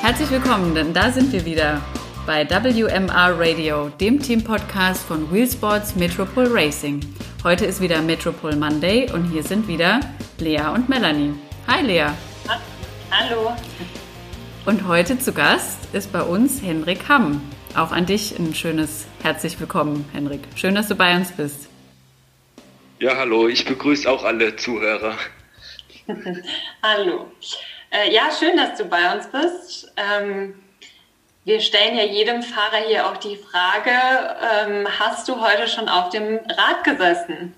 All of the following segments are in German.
Herzlich willkommen, denn da sind wir wieder bei WMR Radio, dem Team-Podcast von Wheelsports Metropol Racing. Heute ist wieder Metropol Monday und hier sind wieder Lea und Melanie. Hi Lea. Hallo. Und heute zu Gast ist bei uns Henrik Hamm. Auch an dich ein schönes Herzlich Willkommen, Henrik. Schön, dass du bei uns bist. Ja, hallo, ich begrüße auch alle Zuhörer. Hallo. Ja, schön, dass du bei uns bist. Wir stellen ja jedem Fahrer hier auch die Frage, hast du heute schon auf dem Rad gesessen?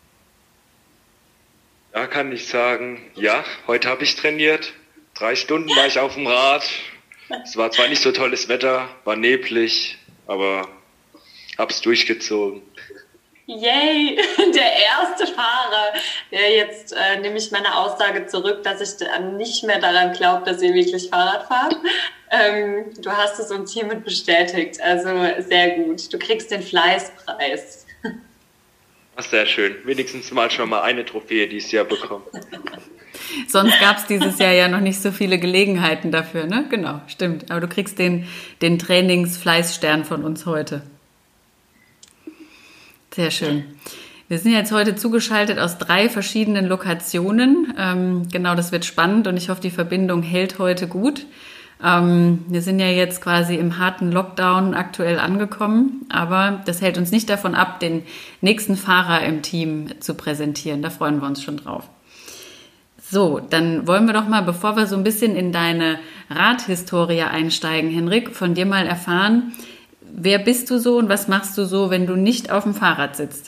Da kann ich sagen, ja, heute habe ich trainiert. 3 Stunden war ich auf dem Rad. Es war zwar nicht so tolles Wetter, war neblig, aber hab's durchgezogen. Yay, der erste Fahrer, der jetzt nehme ich meine Aussage zurück, dass ich nicht mehr daran glaube, dass ihr wirklich Fahrrad fahrt. Du hast es uns hiermit bestätigt, also sehr gut. Du kriegst den Fleißpreis. Ach, sehr schön. Wenigstens mal schon mal eine Trophäe dieses Jahr bekommen. Sonst gab es dieses Jahr ja noch nicht so viele Gelegenheiten dafür, ne? Genau, stimmt. Aber du kriegst den Trainingsfleißstern von uns heute. Sehr schön. Wir sind jetzt heute zugeschaltet aus 3 verschiedenen Lokationen. Genau, das wird spannend und ich hoffe, die Verbindung hält heute gut. Wir sind ja jetzt quasi im harten Lockdown aktuell angekommen, aber das hält uns nicht davon ab, den nächsten Fahrer im Team zu präsentieren. Da freuen wir uns schon drauf. So, dann wollen wir doch mal, bevor wir so ein bisschen in deine Radhistorie einsteigen, Henrik, von dir mal erfahren, wer bist du so und was machst du so, wenn du nicht auf dem Fahrrad sitzt?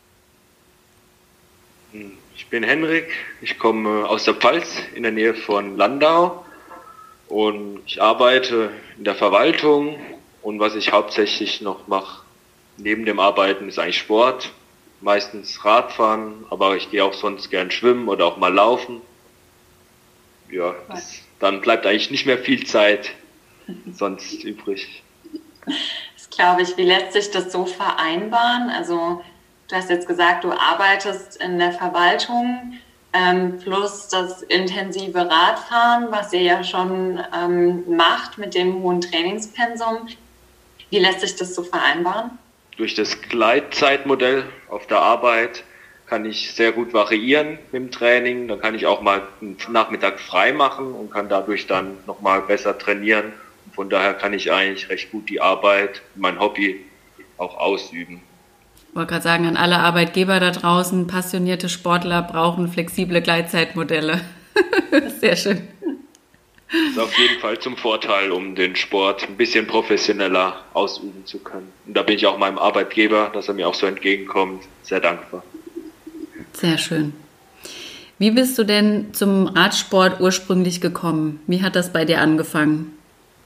Ich bin Henrik, ich komme aus der Pfalz in der Nähe von Landau und ich arbeite in der Verwaltung und was ich hauptsächlich noch mache neben dem Arbeiten ist eigentlich Sport, meistens Radfahren, aber ich gehe auch sonst gern schwimmen oder auch mal laufen. Ja, dann bleibt eigentlich nicht mehr viel Zeit sonst übrig. Glaube ich, wie lässt sich das so vereinbaren? Also du hast jetzt gesagt, du arbeitest in der Verwaltung plus das intensive Radfahren, was ihr ja schon macht mit dem hohen Trainingspensum. Wie lässt sich das so vereinbaren? Durch das Gleitzeitmodell auf der Arbeit kann ich sehr gut variieren mit dem Training. Dann kann ich auch mal einen Nachmittag frei machen und kann dadurch dann nochmal besser trainieren. Von daher kann ich eigentlich recht gut die Arbeit, mein Hobby auch ausüben. Ich wollte gerade sagen, an alle Arbeitgeber da draußen, passionierte Sportler brauchen flexible Gleitzeitmodelle. Sehr schön. Das ist auf jeden Fall zum Vorteil, um den Sport ein bisschen professioneller ausüben zu können. Und da bin ich auch meinem Arbeitgeber, dass er mir auch so entgegenkommt, sehr dankbar. Sehr schön. Wie bist du denn zum Radsport ursprünglich gekommen? Wie hat das bei dir angefangen?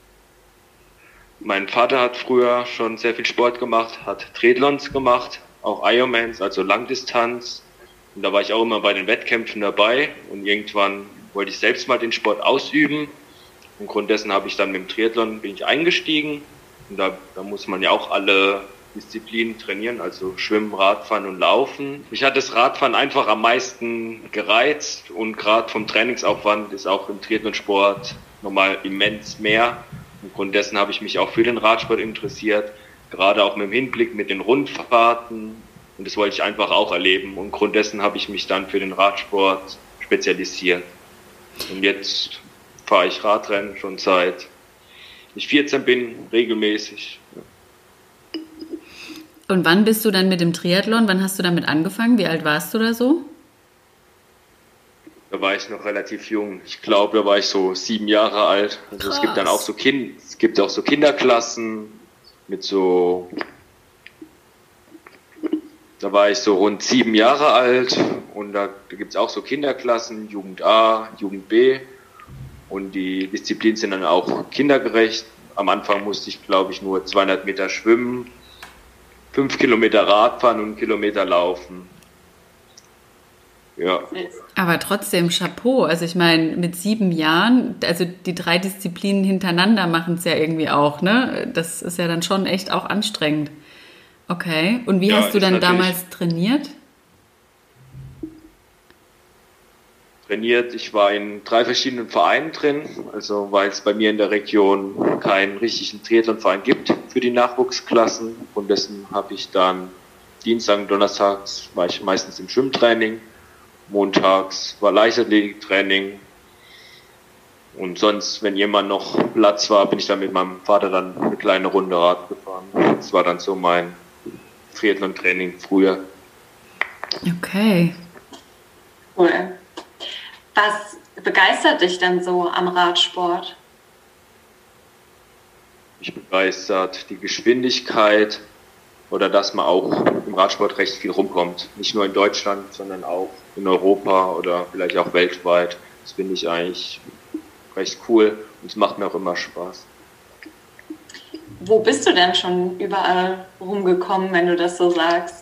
Mein Vater hat früher schon sehr viel Sport gemacht, hat Triathlons gemacht, auch Ironmans, also Langdistanz. Und da war ich auch immer bei den Wettkämpfen dabei. Und irgendwann wollte ich selbst mal den Sport ausüben. Aufgrund dessen habe ich dann mit dem Triathlon bin ich eingestiegen. Und da muss man ja auch alle Disziplinen trainieren, also Schwimmen, Radfahren und Laufen. Mich hat das Radfahren einfach am meisten gereizt. Und gerade vom Trainingsaufwand ist auch im Triathlonsport nochmal immens mehr. Aufgrund dessen habe ich mich auch für den Radsport interessiert, gerade auch mit dem Hinblick mit den Rundfahrten. Und das wollte ich einfach auch erleben. Und aufgrund dessen habe ich mich dann für den Radsport spezialisiert. Und jetzt fahre ich Radrennen schon seit ich 14 bin, regelmäßig. Und wann bist du dann mit dem Triathlon? Wann hast du damit angefangen? Wie alt warst du da so? Da war ich noch relativ jung. Ich glaube, da war ich so 7 Jahre alt. Also es gibt dann auch so Kinderklassen mit so. Da war ich so rund 7 Jahre alt und da gibt es auch so Kinderklassen, Jugend A, Jugend B und die Disziplinen sind dann auch kindergerecht. Am Anfang musste ich, glaube ich, nur 200 Meter schwimmen, 5 Kilometer Radfahren und 1 Kilometer laufen. Ja. Aber trotzdem Chapeau. Also ich meine, mit 7 Jahren, also die 3 Disziplinen hintereinander machen es ja irgendwie auch, ne? Das ist ja dann schon echt auch anstrengend. Okay. Und wie hast du dann damals trainiert? trainiert. Ich war in 3 verschiedenen Vereinen drin, also weil es bei mir in der Region keinen richtigen Triathlonverein gibt für die Nachwuchsklassen. Und dessen habe ich dann Dienstag und Donnerstags war ich meistens im Schwimmtraining, montags war Leichtathletiktraining und sonst, wenn jemand noch Platz war, bin ich dann mit meinem Vater dann eine kleine Runde Rad gefahren. Das war dann so mein Triathlon-Training früher. Okay. Cool. Was begeistert dich denn so am Radsport? Mich begeistert die Geschwindigkeit oder dass man auch im Radsport recht viel rumkommt. Nicht nur in Deutschland, sondern auch in Europa oder vielleicht auch weltweit. Das finde ich eigentlich recht cool und es macht mir auch immer Spaß. Wo bist du denn schon überall rumgekommen, wenn du das so sagst?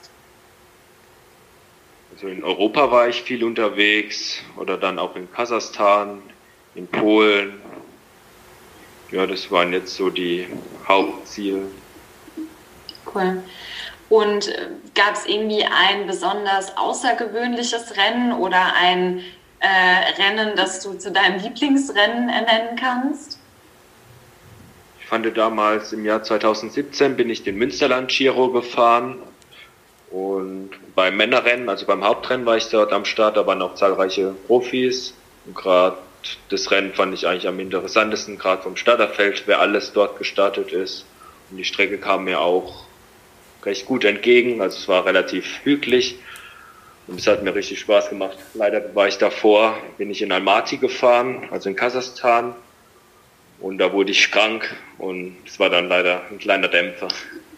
Also in Europa war ich viel unterwegs oder dann auch in Kasachstan, in Polen. Ja, das waren jetzt so die Hauptziele. Cool. Und gab es irgendwie ein besonders außergewöhnliches Rennen oder ein Rennen, das du zu deinem Lieblingsrennen ernennen kannst? Ich fand damals im Jahr 2017 bin ich den Münsterland Giro gefahren und beim Männerrennen, also beim Hauptrennen war ich dort am Start, da waren auch zahlreiche Profis und gerade das Rennen fand ich eigentlich am interessantesten, gerade vom Starterfeld, wer alles dort gestartet ist und die Strecke kam mir auch recht gut entgegen, also es war relativ hügelig und es hat mir richtig Spaß gemacht. Leider war ich davor, bin ich in Almaty gefahren, also in Kasachstan. Und da wurde ich krank und es war dann leider ein kleiner Dämpfer.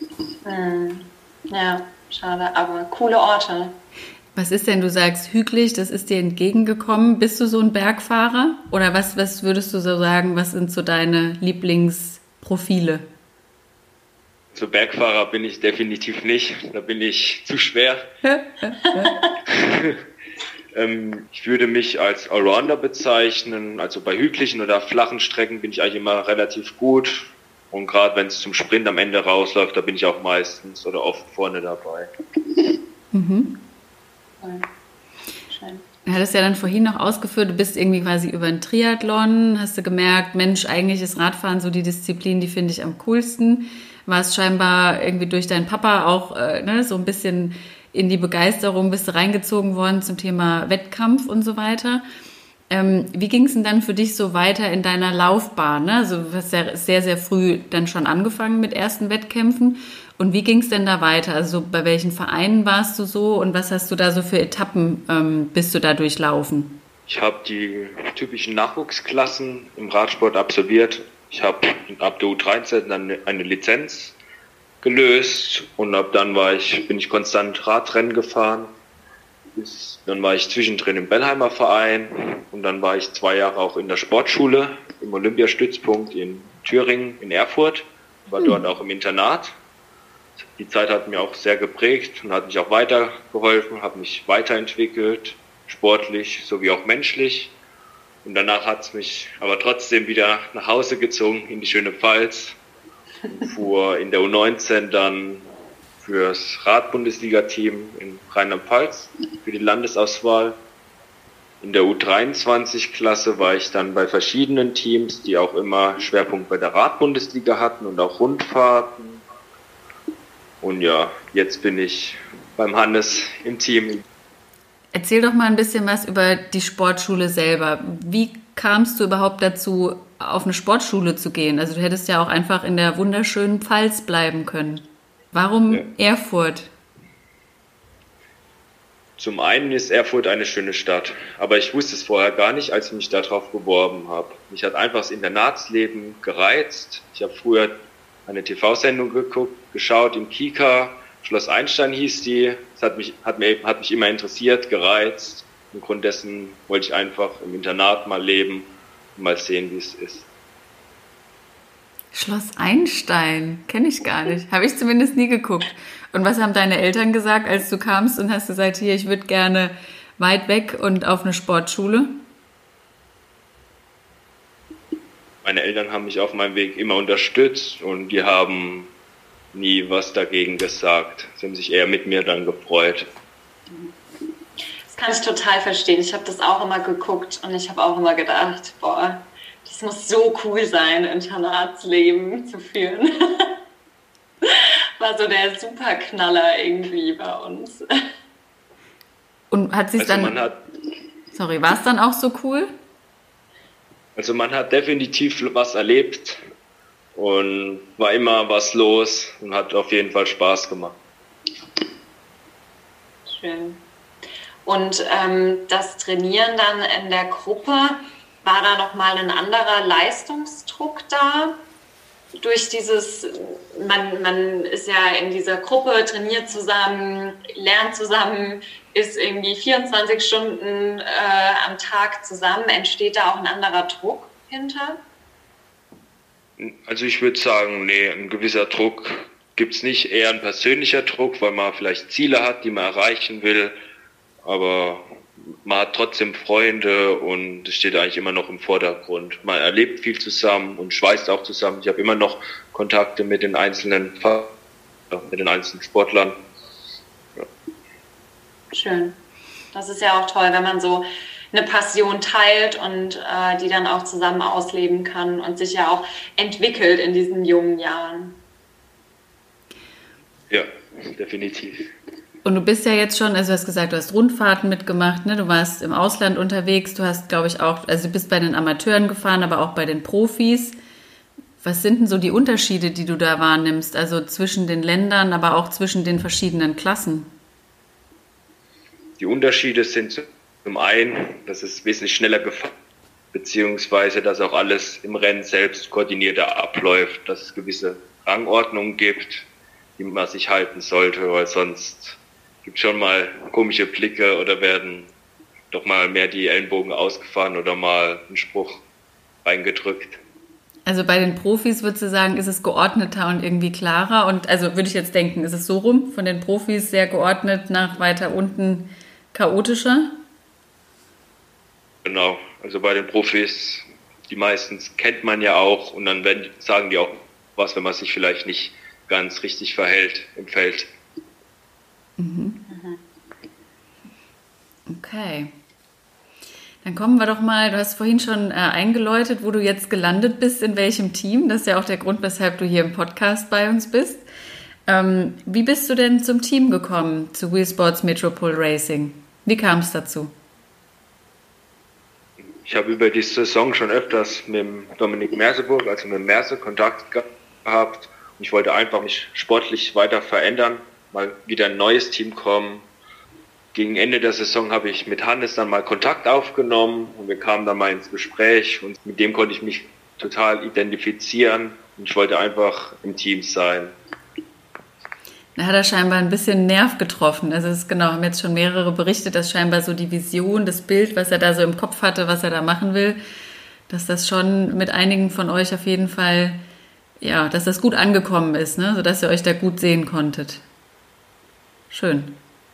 Ja, schade, aber coole Orte. Was ist denn, du sagst hügelig, das ist dir entgegengekommen. Bist du so ein Bergfahrer? Oder was würdest du so sagen, was sind so deine Lieblingsprofile? So Bergfahrer bin ich definitiv nicht, da bin ich zu schwer. Ich würde mich als Allrounder bezeichnen, also bei hügeligen oder flachen Strecken bin ich eigentlich immer relativ gut und gerade wenn es zum Sprint am Ende rausläuft, da bin ich auch meistens oder oft vorne dabei. Mhm. Cool. Schön. Du hattest ja dann vorhin noch ausgeführt, du bist irgendwie quasi über einen Triathlon, hast du gemerkt, Mensch, eigentlich ist Radfahren so die Disziplin, die finde ich am coolsten. Warst scheinbar irgendwie durch deinen Papa auch so ein bisschen in die Begeisterung, bist du reingezogen worden zum Thema Wettkampf und so weiter. Wie ging es denn dann für dich so weiter in deiner Laufbahn? Ne? Also du hast ja sehr, sehr früh dann schon angefangen mit ersten Wettkämpfen. Und wie ging es denn da weiter? Also bei welchen Vereinen warst du so und was hast du da so für Etappen bist du da durchlaufen? Ich habe die typischen Nachwuchsklassen im Radsport absolviert. Ich habe ab der U13 dann eine Lizenz gelöst und ab dann bin ich konstant Radrennen gefahren. Dann war ich zwischendrin im Bellheimer Verein und dann war ich 2 Jahre auch in der Sportschule im Olympiastützpunkt in Thüringen in Erfurt, war dort auch im Internat. Die Zeit hat mir auch sehr geprägt und hat mich auch weitergeholfen, habe mich weiterentwickelt, sportlich sowie auch menschlich. Und danach hat es mich aber trotzdem wieder nach Hause gezogen in die schöne Pfalz. Fuhr in der U19 dann fürs Radbundesliga-Team in Rheinland-Pfalz für die Landesauswahl. In der U23-Klasse war ich dann bei verschiedenen Teams, die auch immer Schwerpunkt bei der Radbundesliga hatten und auch Rundfahrten. Und ja, jetzt bin ich beim Hannes im Team. Erzähl doch mal ein bisschen was über die Sportschule selber. Wie kamst du überhaupt dazu, auf eine Sportschule zu gehen? Also du hättest ja auch einfach in der wunderschönen Pfalz bleiben können. Warum Erfurt? Zum einen ist Erfurt eine schöne Stadt, aber ich wusste es vorher gar nicht, als ich mich darauf beworben habe. Mich hat einfach das Internatsleben gereizt. Ich habe früher eine TV-Sendung geschaut im Kika, Schloss Einstein hieß die. Das hat mich immer interessiert, gereizt. Im Grund dessen wollte ich einfach im Internat mal leben und mal sehen, wie es ist. Schloss Einstein, kenne ich gar nicht. Habe ich zumindest nie geguckt. Und was haben deine Eltern gesagt, als du kamst und hast gesagt, hier, ich würde gerne weit weg und auf eine Sportschule? Meine Eltern haben mich auf meinem Weg immer unterstützt und die haben nie was dagegen gesagt. Sie haben sich eher mit mir dann gefreut. Es kann ich total verstehen. Ich habe das auch immer geguckt und ich habe auch immer gedacht, boah, das muss so cool sein, Internatsleben zu führen. War so der Superknaller irgendwie bei uns. Und hat sich Also dann... Sorry, war es dann auch so cool? Also man hat definitiv was erlebt und war immer was los und hat auf jeden Fall Spaß gemacht. Schön. Und das Trainieren dann in der Gruppe, war da nochmal ein anderer Leistungsdruck da? Durch dieses, man ist ja in dieser Gruppe, trainiert zusammen, lernt zusammen, ist irgendwie 24 Stunden am Tag zusammen. Entsteht da auch ein anderer Druck hinter? Also ich würde sagen, nee, ein gewisser Druck gibt es nicht. Eher ein persönlicher Druck, weil man vielleicht Ziele hat, die man erreichen will. Aber man hat trotzdem Freunde und es steht eigentlich immer noch im Vordergrund. Man erlebt viel zusammen und schweißt auch zusammen. Ich habe immer noch Kontakte mit den einzelnen Sportlern. Ja. Schön. Das ist ja auch toll, wenn man so eine Passion teilt und die dann auch zusammen ausleben kann und sich ja auch entwickelt in diesen jungen Jahren. Ja, definitiv. Und du bist ja jetzt schon, also du hast gesagt, du hast Rundfahrten mitgemacht, ne? Du warst im Ausland unterwegs, du hast, glaube ich, auch, also du bist bei den Amateuren gefahren, aber auch bei den Profis. Was sind denn so die Unterschiede, die du da wahrnimmst, also zwischen den Ländern, aber auch zwischen den verschiedenen Klassen? Die Unterschiede sind zum einen, dass es wesentlich schneller gefahren ist, beziehungsweise dass auch alles im Rennen selbst koordinierter abläuft, dass es gewisse Rangordnungen gibt, die man sich halten sollte, weil sonst gibt schon mal komische Blicke oder werden doch mal mehr die Ellenbogen ausgefahren oder mal ein Spruch reingedrückt. Also bei den Profis würdest du sagen, ist es geordneter und irgendwie klarer? Und also würde ich jetzt denken, ist es so rum, von den Profis sehr geordnet nach weiter unten chaotischer? Genau, also bei den Profis, die meistens kennt man ja auch und dann sagen die auch was, wenn man sich vielleicht nicht ganz richtig verhält im Feld. Okay. Dann kommen wir doch mal, du hast vorhin schon eingeläutet, wo du jetzt gelandet bist, in welchem Team. Das ist ja auch der Grund, weshalb du hier im Podcast bei uns bist. Wie bist du denn zum Team gekommen, zu Wheel Sports Metropole Racing? Wie kam es dazu? Ich habe über die Saison schon öfters mit dem Dominik Merseburg, also mit dem Merse, Kontakt gehabt. Und ich wollte einfach mich sportlich weiter verändern, mal wieder ein neues Team kommen. Gegen Ende der Saison habe ich mit Hannes dann mal Kontakt aufgenommen und wir kamen dann mal ins Gespräch und mit dem konnte ich mich total identifizieren und ich wollte einfach im Team sein. Da hat er scheinbar ein bisschen Nerv getroffen. Also es ist genau, haben jetzt schon mehrere berichtet, dass scheinbar so die Vision, das Bild, was er da so im Kopf hatte, was er da machen will, dass das schon mit einigen von euch auf jeden Fall, ja, dass das gut angekommen ist, ne? Sodass ihr euch da gut sehen konntet. Schön.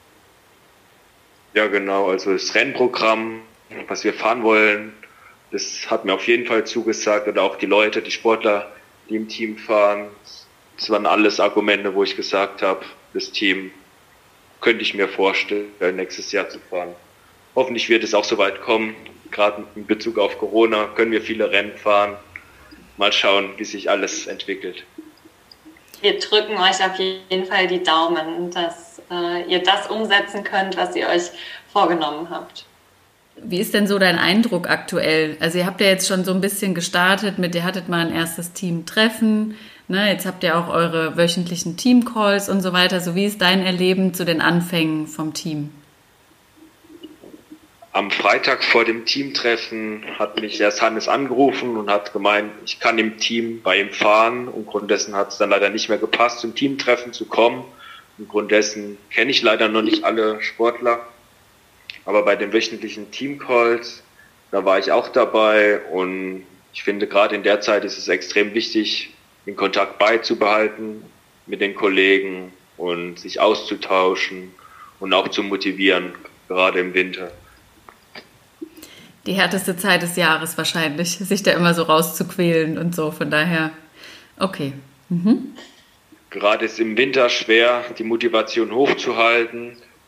Ja, genau. Also das Rennprogramm, was wir fahren wollen, das hat mir auf jeden Fall zugesagt. Oder auch die Leute, die Sportler, die im Team fahren. Das waren alles Argumente, wo ich gesagt habe, das Team könnte ich mir vorstellen, nächstes Jahr zu fahren. Hoffentlich wird es auch so weit kommen. Gerade in Bezug auf Corona können wir viele Rennen fahren. Mal schauen, wie sich alles entwickelt. Wir drücken euch auf jeden Fall die Daumen, dass ihr das umsetzen könnt, was ihr euch vorgenommen habt. Wie ist denn so dein Eindruck aktuell? Also ihr habt ja jetzt schon so ein bisschen gestartet ihr hattet mal ein erstes Teamtreffen, ne? Jetzt habt ihr auch eure wöchentlichen Teamcalls und so weiter. So wie ist dein Erleben zu den Anfängen vom Team? Am Freitag vor dem Teamtreffen hat mich erst Hannes angerufen und hat gemeint, ich kann im Team bei ihm fahren. Und Grund dessen hat es dann leider nicht mehr gepasst, zum Teamtreffen zu kommen. Und Grund dessen kenne ich leider noch nicht alle Sportler. Aber bei den wöchentlichen Teamcalls, da war ich auch dabei. Und ich finde, gerade in der Zeit ist es extrem wichtig, den Kontakt beizubehalten mit den Kollegen und sich auszutauschen und auch zu motivieren, gerade im Winter. Die härteste Zeit des Jahres wahrscheinlich, sich da immer so rauszuquälen und so, von daher, okay. Gerade ist im Winter schwer, die Motivation hochzuhalten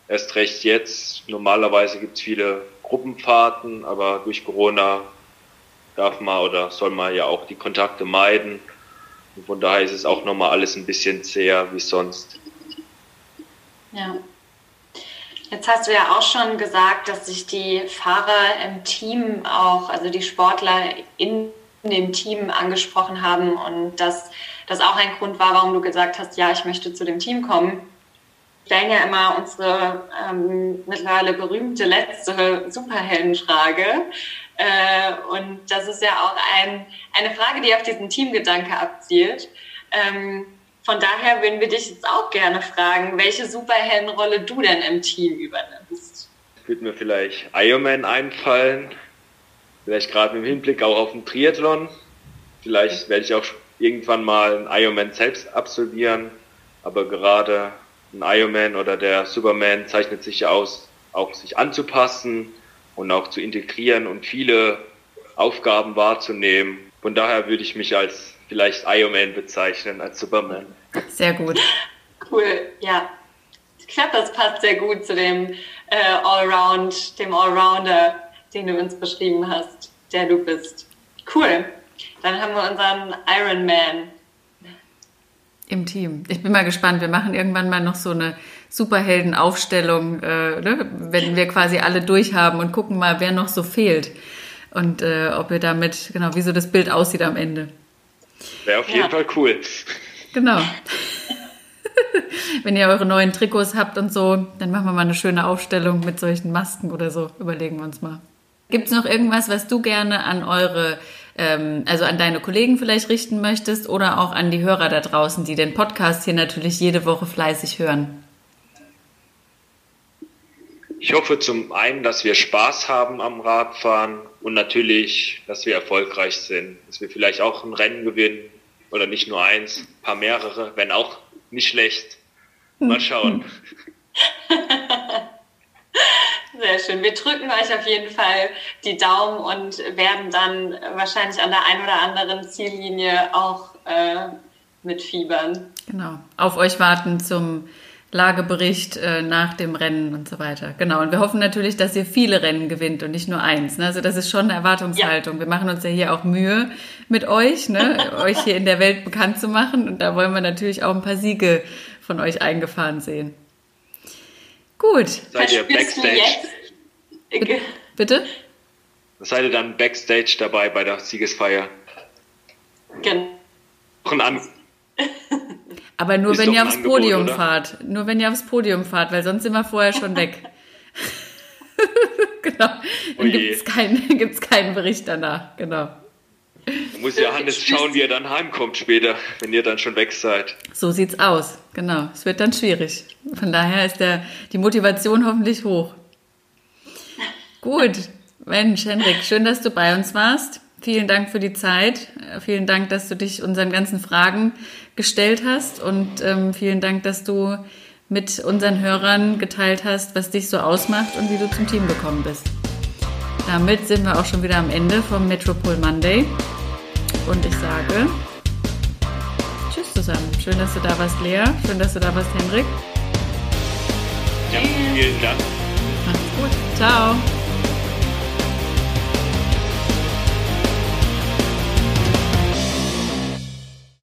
Erst recht jetzt. Normalerweise gibt es viele Gruppenfahrten, aber durch Corona darf man oder soll man ja auch die Kontakte meiden. Und von daher ist es auch nochmal alles ein bisschen zäher wie sonst. Ja. Jetzt hast du ja auch schon gesagt, dass sich die Fahrer im Team auch, also die Sportler in dem Team angesprochen haben und dass das auch ein Grund war, warum du gesagt hast, ja, ich möchte zu dem Team kommen. Wir stellen ja immer unsere mittlerweile berühmte letzte Superheldenfrage. Und das ist ja auch eine Frage, die auf diesen Teamgedanke abzielt. Von daher würden wir dich jetzt auch gerne fragen, welche Superheldenrolle du denn im Team übernimmst. Würde mir vielleicht Ironman einfallen, vielleicht gerade im Hinblick auch auf den Triathlon. Vielleicht werde ich auch irgendwann mal einen Ironman selbst absolvieren, aber gerade ein Ironman oder der Superman zeichnet sich ja aus, auch sich anzupassen und auch zu integrieren und viele Aufgaben wahrzunehmen. Von daher würde ich mich als vielleicht Ironman bezeichnen, als Superman. Sehr gut. Cool, ja. Ich glaube, das passt sehr gut zu dem Allrounder, den du uns beschrieben hast, der du bist. Cool. Dann haben wir unseren Ironman im Team. Ich bin mal gespannt. Wir machen irgendwann mal noch so eine Superheldenaufstellung, wenn wir quasi alle durchhaben und gucken mal, wer noch so fehlt. Und ob wir damit, genau, wie so das Bild aussieht am Ende. Wäre auf jeden Fall cool. Genau. Wenn ihr eure neuen Trikots habt und so, dann machen wir mal eine schöne Aufstellung mit solchen Masken oder so. Überlegen wir uns mal. Gibt es noch irgendwas, was du gerne an also an deine Kollegen vielleicht richten möchtest oder auch an die Hörer da draußen, die den Podcast hier natürlich jede Woche fleißig hören? Ich hoffe zum einen, dass wir Spaß haben am Radfahren und natürlich, dass wir erfolgreich sind. Dass wir vielleicht auch ein Rennen gewinnen oder nicht nur eins, ein paar mehrere, wenn auch nicht schlecht. Mal schauen. Sehr schön. Wir drücken euch auf jeden Fall die Daumen und werden dann wahrscheinlich an der einen oder anderen Ziellinie auch mitfiebern. Genau. Auf euch warten zum Lagebericht nach dem Rennen und so weiter. Genau. Und wir hoffen natürlich, dass ihr viele Rennen gewinnt und nicht nur eins. Ne? Also das ist schon eine Erwartungshaltung. Ja. Wir machen uns ja hier auch Mühe mit euch, ne? Euch hier in der Welt bekannt zu machen. Und da wollen wir natürlich auch ein paar Siege von euch eingefahren sehen. Gut. Seid ihr Backstage? Bitte? Seid ihr dann Backstage dabei bei der Siegesfeier? Genau. Aber nur wenn ihr aufs Podium fahrt. Nur wenn ihr aufs Podium fahrt, weil sonst sind wir vorher schon weg. Genau. Dann gibt's keinen Bericht danach. Genau. Da muss ja Hannes schauen, wie er dann heimkommt später, wenn ihr dann schon weg seid. So sieht's aus. Genau. Es wird dann schwierig. Von daher ist die Motivation hoffentlich hoch. Gut. Mensch, Henrik, schön, dass du bei uns warst. Vielen Dank für die Zeit. Vielen Dank, dass du dich unseren ganzen Fragen gestellt hast. Und vielen Dank, dass du mit unseren Hörern geteilt hast, was dich so ausmacht und wie du zum Team gekommen bist. Damit sind wir auch schon wieder am Ende vom Metropol Monday. Und ich sage tschüss zusammen. Schön, dass du da warst, Lea. Schön, dass du da warst, Henrik. Ja, vielen Dank. Macht's gut. Ciao.